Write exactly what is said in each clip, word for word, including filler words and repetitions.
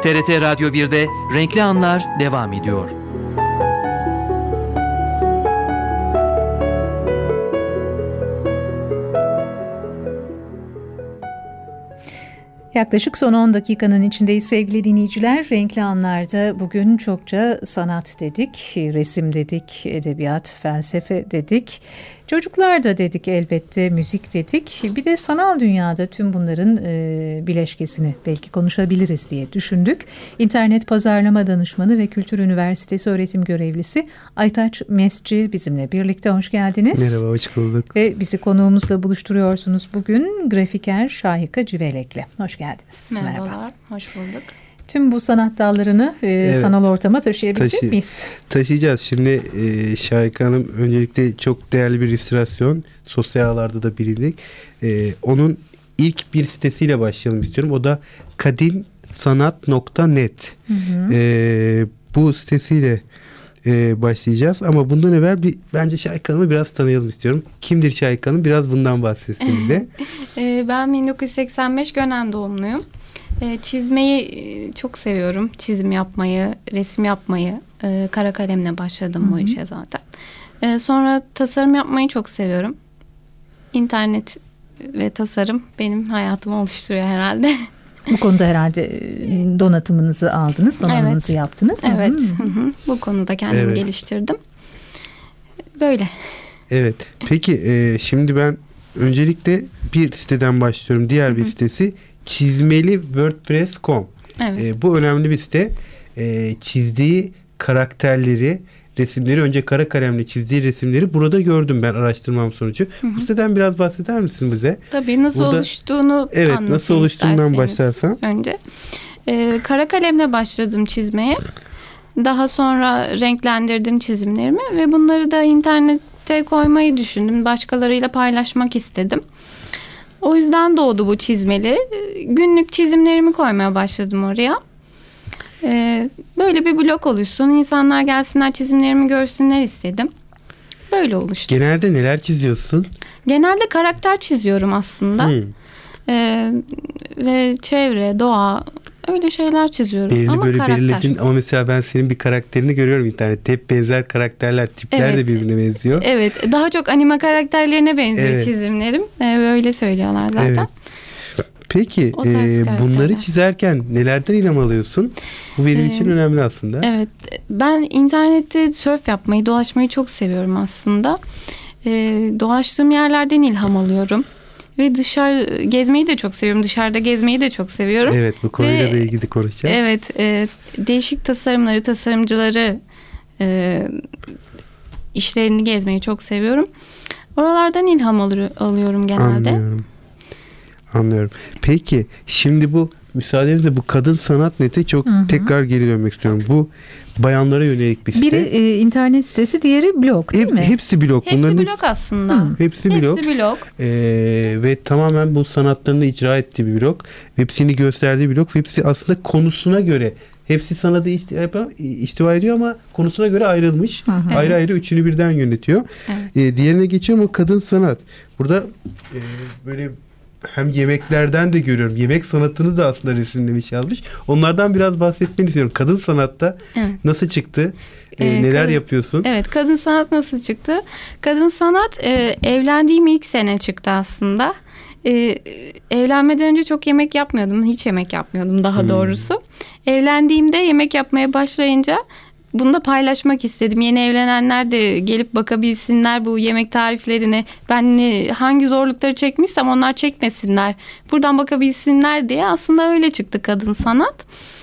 T R T Radyo bir'de Renkli Anlar devam ediyor. Yaklaşık son on dakikanın içindeyiz sevgili dinleyiciler. Renkli Anlar'da bugün çokça sanat dedik, resim dedik, edebiyat, felsefe dedik. Çocuklar da dedik elbette, müzik dedik. Bir de sanal dünyada tüm bunların e, bileşkesini belki konuşabiliriz diye düşündük. İnternet Pazarlama Danışmanı ve Kültür Üniversitesi öğretim görevlisi Aytaç Mesci bizimle birlikte. Hoş geldiniz. Merhaba, hoş bulduk. Ve bizi konuğumuzla buluşturuyorsunuz bugün grafiker Şahika Civelek'le. Hoş geldiniz. Merhabalar, Merhaba. hoş bulduk. Tüm bu sanat dallarını e, evet. sanal ortama taşıyabilecek Taşı, miyiz? Taşıyacağız. Şimdi e, Şahika Hanım öncelikle çok değerli bir illüstrasyon. Sosyal ağlarda da bilindik. E, onun ilk bir sitesiyle başlayalım istiyorum. O da kadinsanat nokta net. Hı hı. E, bu sitesiyle e, başlayacağız. Ama bundan evvel bir, bence Şahika Hanım'ı biraz tanıyalım istiyorum. Kimdir Şahika Hanım? Biraz bundan bahsetsin bize. e, ben bin dokuz yüz seksen beş Gönen doğumluyum. Çizmeyi çok seviyorum. Çizim yapmayı, resim yapmayı. Kara kalemle başladım Hı-hı. bu işe zaten. Sonra tasarım yapmayı çok seviyorum. İnternet ve tasarım benim hayatımı oluşturuyor herhalde. Bu konuda herhalde donatımınızı aldınız, donanımınızı evet. yaptınız. Evet, Hı-hı. bu konuda kendimi evet. geliştirdim. Böyle. Evet. Peki şimdi ben öncelikle bir siteden başlıyorum. Diğer Hı-hı. bir sitesi çizmeli wordpress nokta com. Evet. E, bu önemli bir site. E, çizdiği karakterleri, resimleri, önce kara kalemle çizdiği resimleri burada gördüm ben araştırmam sonucu. Hı hı. Bu siteden biraz bahseder misin bize? Tabii, nasıl burada, oluştuğunu evet, anlatayım nasıl oluştuğundan başlarsan. Önce e, kara kalemle başladım çizmeye. Daha sonra renklendirdim çizimlerimi ve bunları da internette koymayı düşündüm. Başkalarıyla paylaşmak istedim. O yüzden doğdu bu çizmeli. Günlük çizimlerimi koymaya başladım oraya. Ee, böyle bir blog oluşsun. İnsanlar gelsinler, çizimlerimi görsünler istedim. Böyle oluştu. Genelde neler çiziyorsun? Genelde karakter çiziyorum aslında. Hmm. Ee, ve çevre, doğa, öyle şeyler çiziyorum. Belirli ama böyle karakter. belirledin ama mesela ben senin bir karakterini görüyorum internette. Hep benzer karakterler, tipler evet. de birbirine benziyor. Evet, daha çok anime karakterlerine benziyor evet. çizimlerim. Ee, böyle söylüyorlar zaten. Evet. Peki e, bunları çizerken nelerden ilham alıyorsun? Bu benim ee, için önemli aslında. Evet, ben internette surf yapmayı, dolaşmayı çok seviyorum aslında. Ee, dolaştığım yerlerden ilham alıyorum. Ve dışarı gezmeyi de çok seviyorum. Dışarıda gezmeyi de çok seviyorum. Evet, bu konuyla Ve, da ilgili konuşacağız. Evet, e, değişik tasarımları, tasarımcıları e, işlerini gezmeyi çok seviyorum. Oralardan ilham alır, alıyorum genelde. Anlıyorum. Anlıyorum. Peki, şimdi bu müsaadenizle bu kadın sanat nete çok Hı-hı. tekrar geri dönmek istiyorum. Bu bayanlara yönelik bir site. Biri e, internet sitesi, diğeri blog değil Hep, mi? Hepsi blog. Hepsi Bunların blog hepsi, aslında. Hı, hepsi blog. Hepsi blog. Ee, ve tamamen bu sanatlarını icra ettiği bir blog. Hepsini gösterdiği bir blog. Hepsi aslında konusuna göre. Hepsi sanatı ihtiva ediyor ama konusuna göre ayrılmış. Hı hı. Ayrı ayrı üçünü birden yönetiyor. Evet. Ee, diğerine geçiyorum, o kadın sanat. Burada e, böyle hem yemeklerden de görüyorum. Yemek sanatını da aslında resimlemiş, yazmış. Onlardan biraz bahsetmeni istiyorum. Kadın sanatta evet. nasıl çıktı? Ee, ee, neler kadın, yapıyorsun? Evet, kadın sanat nasıl çıktı? Kadın sanat e, evlendiğim ilk sene çıktı aslında. E, evlenmeden önce çok yemek yapmıyordum. Hiç yemek yapmıyordum daha hmm. doğrusu. Evlendiğimde yemek yapmaya başlayınca bunu da paylaşmak istedim. Yeni evlenenler de gelip bakabilsinler bu yemek tariflerine. Ben hangi zorlukları çekmişsem onlar çekmesinler. Buradan bakabilsinler diye aslında öyle çıktı kadın sanat.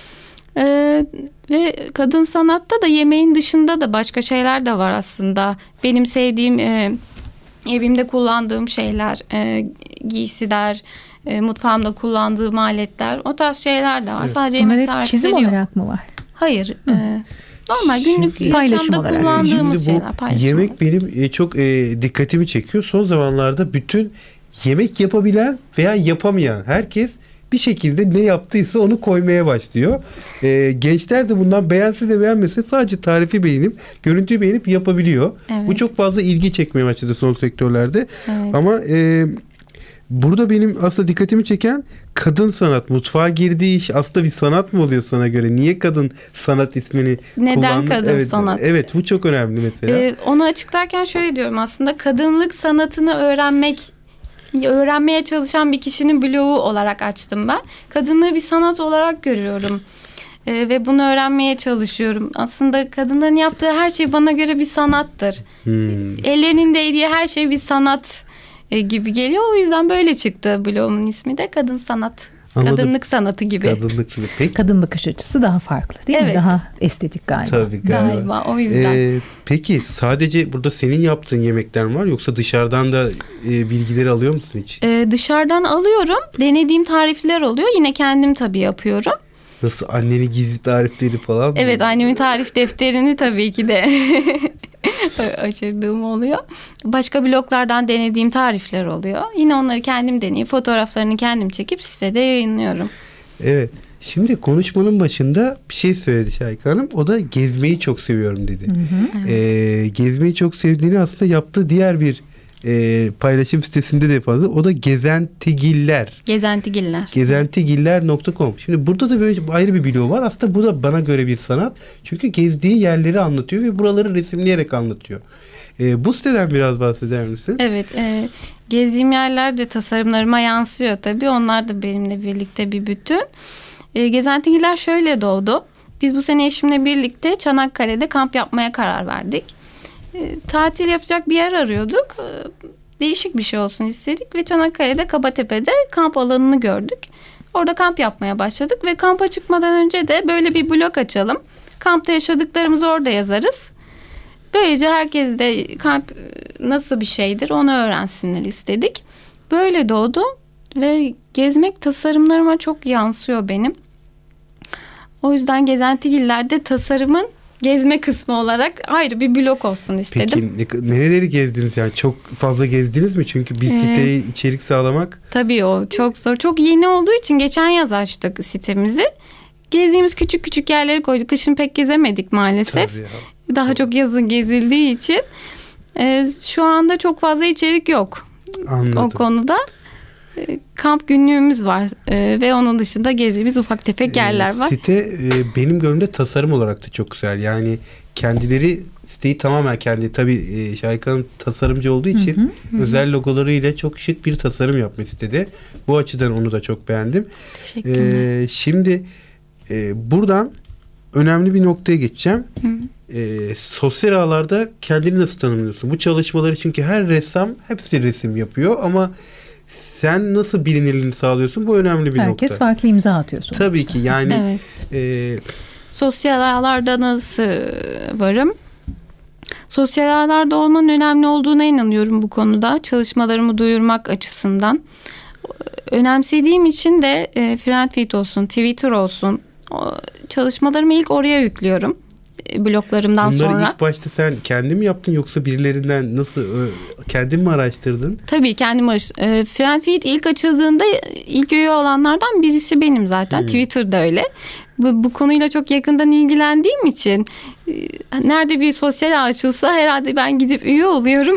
Ee, ve kadın sanatta da yemeğin dışında da başka şeyler de var aslında. Benim sevdiğim, e, evimde kullandığım şeyler, e, giysiler, e, mutfağımda kullandığım aletler, o tarz şeyler de var. Evet. Sadece yemek tarifleri çizim yok. olarak mı var? Hayır. E, normal günlük Şimdi, yaşamda kullandığımız Şimdi şeyler. Paylaşım yemek olarak. benim e, çok e, dikkatimi çekiyor. Son zamanlarda bütün yemek yapabilen veya yapamayan herkes bir şekilde ne yaptıysa onu koymaya başlıyor. E, gençler de bundan beğense de beğenmese sadece tarifi beğenip, görüntüyü beğenip yapabiliyor. Evet. Bu çok fazla ilgi çekmeye başladı son sektörlerde. Evet. Ama e, burada benim aslında dikkatimi çeken kadın sanat. Mutfağa girdiği iş aslında bir sanat mı oluyor sana göre? Niye kadın sanat ismini Neden kullandın? kadın Evet, sanat? Evet, bu çok önemli mesela. Ee, onu açıklarken şöyle diyorum, aslında kadınlık sanatını öğrenmek öğrenmeye çalışan bir kişinin blogu olarak açtım ben. Kadınlığı bir sanat olarak görüyorum. Ee, ve bunu öğrenmeye çalışıyorum. Aslında kadınların yaptığı her şey bana göre bir sanattır. Hmm. Ellerinin değdiği her şey bir sanat e, gibi geliyor. O yüzden böyle çıktı blogumun ismi de Kadın Sanat. Anladım. Kadınlık sanatı gibi. Kadınlık gibi. Peki. Kadın bakış açısı daha farklı değil mi? Evet. Daha estetik galiba. Tabii galiba. Galiba o yüzden. Ee, peki sadece burada senin yaptığın yemekler mi var yoksa dışarıdan da e, bilgileri alıyor musun hiç? Ee, dışarıdan alıyorum. Denediğim tarifler oluyor. Yine kendim tabii yapıyorum. Nasıl, annenin gizli tarifleri falan mı? Evet, annemin tarif defterini tabii ki de aşırdığım oluyor. Başka bloglardan denediğim tarifler oluyor. Yine onları kendim deneyip fotoğraflarını kendim çekip size de yayınlıyorum. Evet. Şimdi konuşmanın başında bir şey söyledi Şahika Hanım. O da gezmeyi çok seviyorum dedi. Hı hı. Ee, gezmeyi çok sevdiğini aslında yaptığı diğer bir e, paylaşım sitesinde de fazla. O da Gezentigiller. Gezentigiller. Gezentigiller nokta com. Şimdi burada da böyle ayrı bir blog var. Aslında bu da bana göre bir sanat. Çünkü gezdiği yerleri anlatıyor ve buraları resimleyerek anlatıyor. Ee, bu siteden biraz bahseder misin? Evet. E, gezdiğim yerler de tasarımlarıma yansıyor tabii. Onlar da benimle birlikte bir bütün. E, Gezentigiller şöyle doğdu. Biz bu sene eşimle birlikte Çanakkale'de kamp yapmaya karar verdik. E, tatil yapacak bir yer arıyorduk. E, değişik bir şey olsun istedik ve Çanakkale'de Kabatepe'de kamp alanını gördük. Orada kamp yapmaya başladık ve kampa çıkmadan önce de böyle bir blog açalım. Kampta yaşadıklarımızı orada yazarız. Böylece herkes de kamp nasıl bir şeydir onu öğrensinler istedik. Böyle doğdu ve gezmek tasarımlarıma çok yansıyor benim. O yüzden Gezentigiller'de tasarımın gezme kısmı olarak ayrı bir blok olsun istedim. Peki ne- nereleri gezdiniz yani? Çok fazla gezdiniz mi? Çünkü bir siteye Ee, içerik sağlamak. Tabii o çok zor. Çok yeni olduğu için geçen yaz açtık sitemizi. Gezdiğimiz küçük küçük yerleri koyduk. Kışın pek gezemedik maalesef. Tabii ya. Daha çok yazın gezildiği için. Ee, şu anda çok fazla içerik yok. Anladım. O konuda. Ee, kamp günlüğümüz var. Ee, ve onun dışında gezdiğimiz ufak tefek yerler var. Ee, site e, benim gönlümde tasarım olarak da çok güzel. Yani kendileri siteyi tamamen kendi, tabii e, Şahika'nın tasarımcı olduğu için Hı hı, hı. özel logolarıyla çok şık bir tasarım yapmış sitede. Bu açıdan onu da çok beğendim. Teşekkürler. Ee, şimdi e, buradan önemli bir noktaya geçeceğim. Hı. E, sosyal ağlarda kendini nasıl tanımlıyorsun? Bu çalışmaları, çünkü her ressam hepsi resim yapıyor ama sen nasıl bilinirliğini sağlıyorsun? Bu önemli bir Herkes nokta. farklı imza atıyor sonuçta. Tabii ki yani Evet. e, Sosyal ağlarda nasıl varım? Sosyal ağlarda olmanın önemli olduğuna inanıyorum bu konuda. Çalışmalarımı duyurmak açısından. Önemsediğim için de e, Friendfeed olsun, Twitter olsun, o, çalışmalarımı ilk oraya yüklüyorum. E, bloglarımdan bunları sonra. ilk başta sen kendin mi yaptın yoksa birilerinden nasıl, ö, kendin mi araştırdın? Tabii kendim araş- e, Friendfeed ilk açıldığında ilk üye olanlardan birisi benim zaten. Hmm. Twitter'da öyle. Bu, bu konuyla çok yakından ilgilendiğim için e, nerede bir sosyal ağ açılsa herhalde ben gidip üye oluyorum.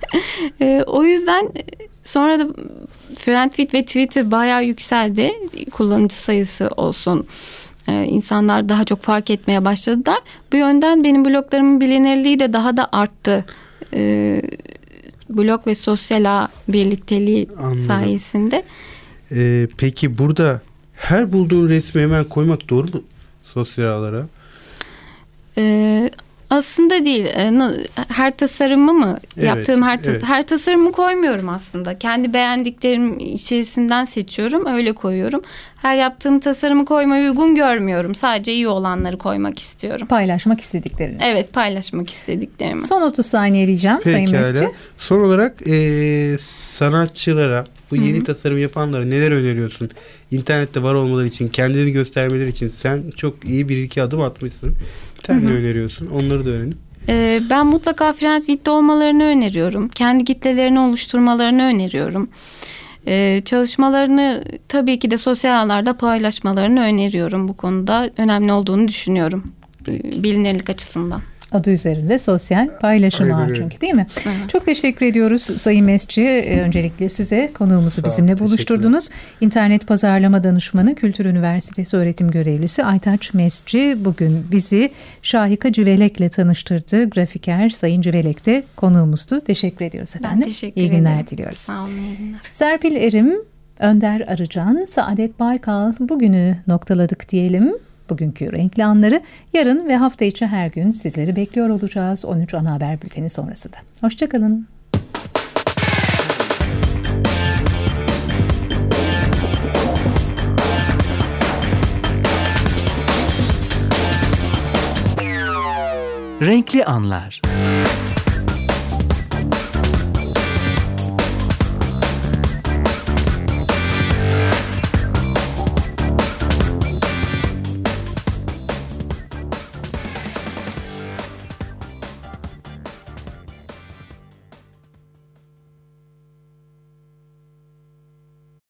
e, o yüzden e, sonra da Friendfeed ve Twitter bayağı yükseldi. Kullanıcı sayısı olsun. Ee, insanlar daha çok fark etmeye başladılar. Bu yönden benim bloglarımın bilinirliği de daha da arttı. Ee, blog ve sosyal ağ birlikteliği Anladım. sayesinde. E, peki burada her bulduğun resmi hemen koymak doğru mu sosyal ağlara? Ee, aslında değil. Ee, na- Her tasarımı mı? Evet, Yaptığım her, ta- evet. her tasarımı koymuyorum aslında. Kendi beğendiklerim içerisinden seçiyorum. Öyle koyuyorum. Her yaptığım tasarımı koymayı uygun görmüyorum. Sadece iyi olanları koymak istiyorum. Paylaşmak istedikleriniz. Evet, paylaşmak istediklerimi. Son otuz saniye diyeceğim Sayın Mesci. Pekala. Son olarak e, sanatçılara, bu yeni Hı hı. tasarım yapanlara neler öneriyorsun? İnternette var olmaları için, kendini göstermeleri için sen çok iyi bir iki adım atmışsın. Sen ne öneriyorsun? Onları da öğrenin. Ee, ben mutlaka Friendfeed'de olmalarını öneriyorum. Kendi kitlelerini oluşturmalarını öneriyorum. Ee, çalışmalarını tabii ki de sosyal ağlarda paylaşmalarını öneriyorum bu konuda. Önemli olduğunu düşünüyorum. Ee, bilinirlik açısından. Adı üzerinde sosyal paylaşım Aynen ağı öyle. çünkü, değil mi? Evet. Çok teşekkür ediyoruz Sayın Mesci. Ee, Öncelikle size konuğumuzu Sağ ol, bizimle buluşturdunuz. İnternet Pazarlama Danışmanı, Kültür Üniversitesi öğretim görevlisi Aytaç Mesci bugün bizi Şahika Civelek'le tanıştırdı. Grafiker Sayın Civelek de konuğumuzdu. Teşekkür ediyoruz efendim. Ben teşekkür İyi ederim. günler diliyoruz. Sağ olun, iyi günler. Serpil Erim, Önder Arıcan, Saadet Baykal bugünü noktaladık diyelim. Bugünkü renkli anları yarın ve hafta içi her gün sizleri bekliyor olacağız on üç Ana Haber Bülteni sonrasında. Hoşçakalın. Renkli anlar.